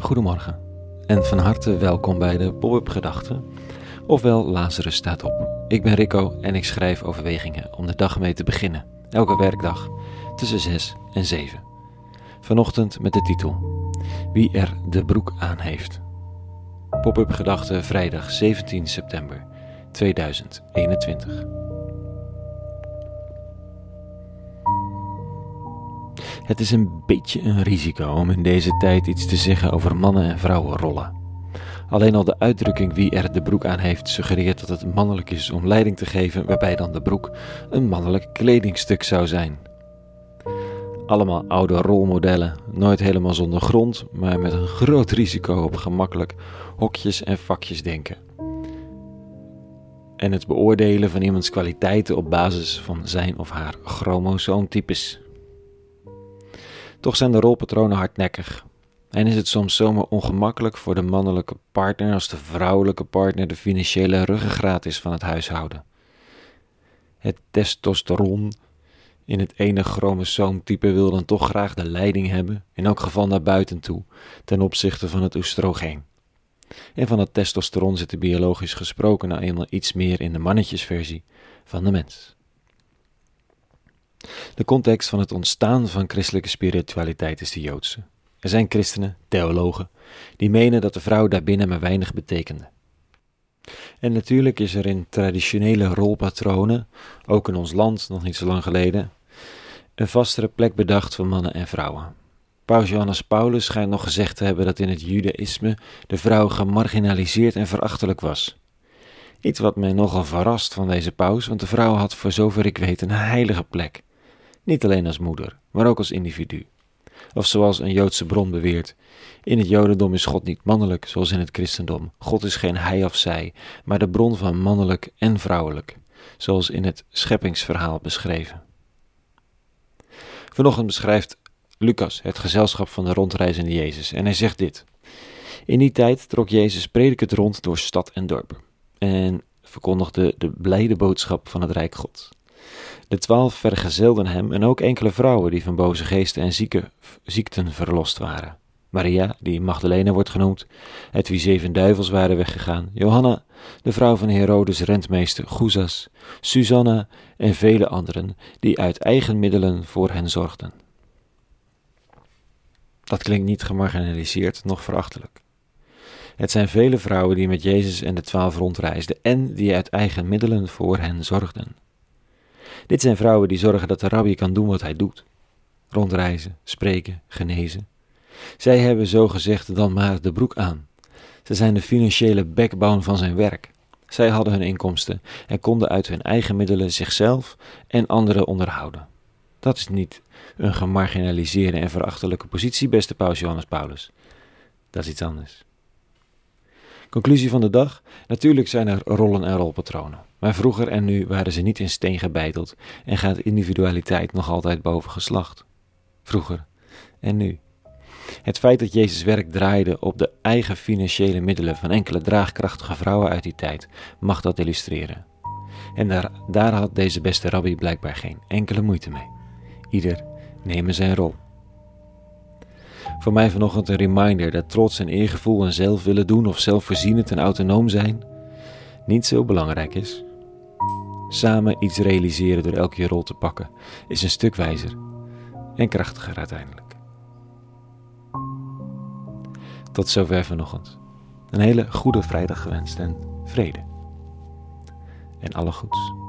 Goedemorgen en van harte welkom bij de Pop-up Gedachten, ofwel Lazarus staat op. Ik ben Rico en ik schrijf overwegingen om de dag mee te beginnen, elke werkdag tussen 6 en 7. Vanochtend met de titel Wie er de broek aan heeft. Pop-up Gedachten vrijdag 17 september 2021. Het is een beetje een risico om in deze tijd iets te zeggen over mannen- en vrouwenrollen. Alleen al de uitdrukking wie er de broek aan heeft suggereert dat het mannelijk is om leiding te geven, waarbij dan de broek een mannelijk kledingstuk zou zijn. Allemaal oude rolmodellen, nooit helemaal zonder grond, maar met een groot risico op gemakkelijk hokjes en vakjes denken. En het beoordelen van iemands kwaliteiten op basis van zijn of haar chromosoomtypes. Toch zijn de rolpatronen hardnekkig en is het soms zomaar ongemakkelijk voor de mannelijke partner als de vrouwelijke partner de financiële ruggengraat is van het huishouden. Het testosteron in het ene chromosoomtype wil dan toch graag de leiding hebben, in elk geval naar buiten toe, ten opzichte van het oestrogeen. En van het testosteron zit er biologisch gesproken nou eenmaal iets meer in de mannetjesversie van de mens. De context van het ontstaan van christelijke spiritualiteit is de Joodse. Er zijn christenen, theologen, die menen dat de vrouw daarbinnen maar weinig betekende. En natuurlijk is er in traditionele rolpatronen, ook in ons land nog niet zo lang geleden, een vastere plek bedacht voor mannen en vrouwen. Paus Johannes Paulus schijnt nog gezegd te hebben dat in het judaïsme de vrouw gemarginaliseerd en verachtelijk was. Iets wat mij nogal verrast van deze paus, want de vrouw had voor zover ik weet een heilige plek. Niet alleen als moeder, maar ook als individu. Of zoals een Joodse bron beweert, in het Jodendom is God niet mannelijk zoals in het christendom. God is geen hij of zij, maar de bron van mannelijk en vrouwelijk, zoals in het scheppingsverhaal beschreven. Vanochtend beschrijft Lucas het gezelschap van de rondreizende Jezus en hij zegt dit. In die tijd trok Jezus predikend rond door stad en dorp en verkondigde de blijde boodschap van het Rijk God. De 12 vergezelden hem en ook enkele vrouwen die van boze geesten en ziekten verlost waren. Maria, die Magdalena wordt genoemd, uit wie 7 duivels waren weggegaan. Johanna, de vrouw van Herodes rentmeester Goezas, Susanna en vele anderen die uit eigen middelen voor hen zorgden. Dat klinkt niet gemarginaliseerd, noch verachtelijk. Het zijn vele vrouwen die met Jezus en de 12 rondreisden en die uit eigen middelen voor hen zorgden. Dit zijn vrouwen die zorgen dat de rabbi kan doen wat hij doet. Rondreizen, spreken, genezen. Zij hebben zogezegd dan maar de broek aan. Ze zijn de financiële backbone van zijn werk. Zij hadden hun inkomsten en konden uit hun eigen middelen zichzelf en anderen onderhouden. Dat is niet een gemarginaliseerde en verachtelijke positie, beste paus Johannes Paulus. Dat is iets anders. Conclusie van de dag. Natuurlijk zijn er rollen en rolpatronen. Maar vroeger en nu waren ze niet in steen gebeiteld en gaat individualiteit nog altijd boven geslacht. Vroeger en nu. Het feit dat Jezus' werk draaide op de eigen financiële middelen van enkele draagkrachtige vrouwen uit die tijd mag dat illustreren. En daar had deze beste rabbi blijkbaar geen enkele moeite mee. Ieder nemen zijn rol. Voor mij vanochtend een reminder dat trots en eergevoel en zelf willen doen of zelfvoorzienend en autonoom zijn niet zo belangrijk is. Samen iets realiseren door elke rol te pakken is een stuk wijzer en krachtiger uiteindelijk. Tot zover vanochtend. Een hele goede vrijdag gewenst en vrede. En alle goeds.